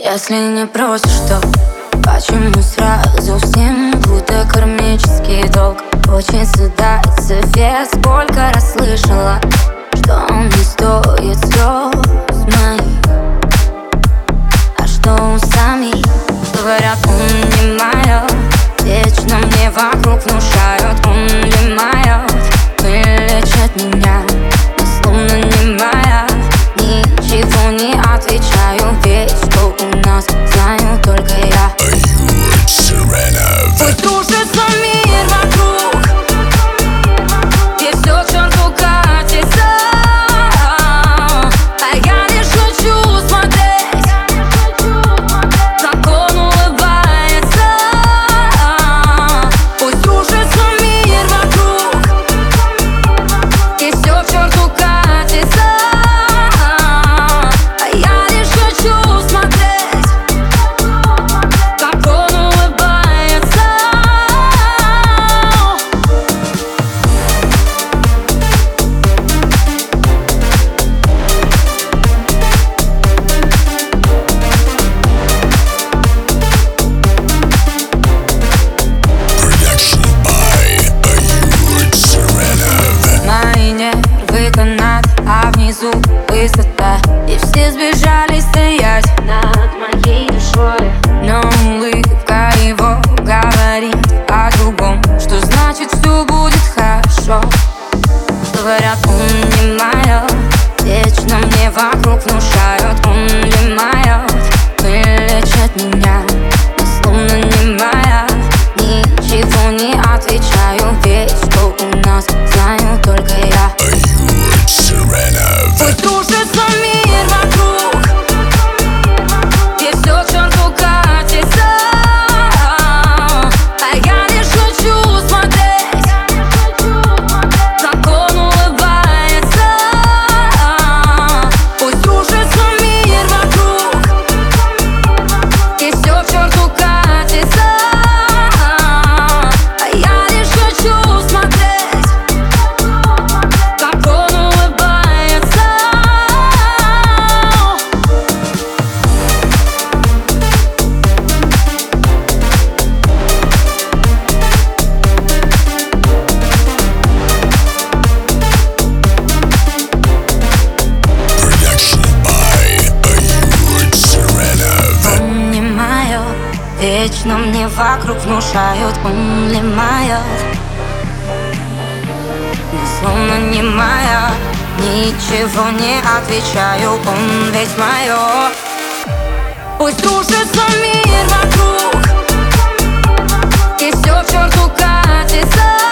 Если не просишь, то почему сразу всем будто кармический долг? Хочется дать совет, сколько раз слышала, что он не стоит слез моих. А что у самих? Говорят, он не мое, вечно мне вокруг внушают, он ли мое, вылечит меня, но словно не моя. Ничего не отвечаю, ведь что у нас знаю только я. Пусть рушится мир вокруг, и все к черту катится, а я лишь хочу смотреть, как он улыбается. Пусть рушится мир вокруг, и все к черту катится, а я лишь хочу смотреть, как он улыбается. Мои нервы канат, а внизу высота, и все сбежали стоять над моей душой. Но улыбка его говорит о другом, что значит все будет хорошо. Говорят, он не мое, вечно мне вокруг внушают, он ли мое, вылечит меня, но словно не моя. Ничего не отвечаю, ведь что у нас знаю только я. Пусть рушится мир вокруг, и все к черту катится, а я лишь хочу смотреть, как он улыбается. Пусть рушится мир вокруг, и все к черту катится, а я лишь хочу смотреть, как он улыбается. Он не мое, вечно мне вокруг внушают, он ли мое, но словно не моя. Ничего не отвечаю, он ведь мое. Пусть рушится мир вокруг, и все к черту катится,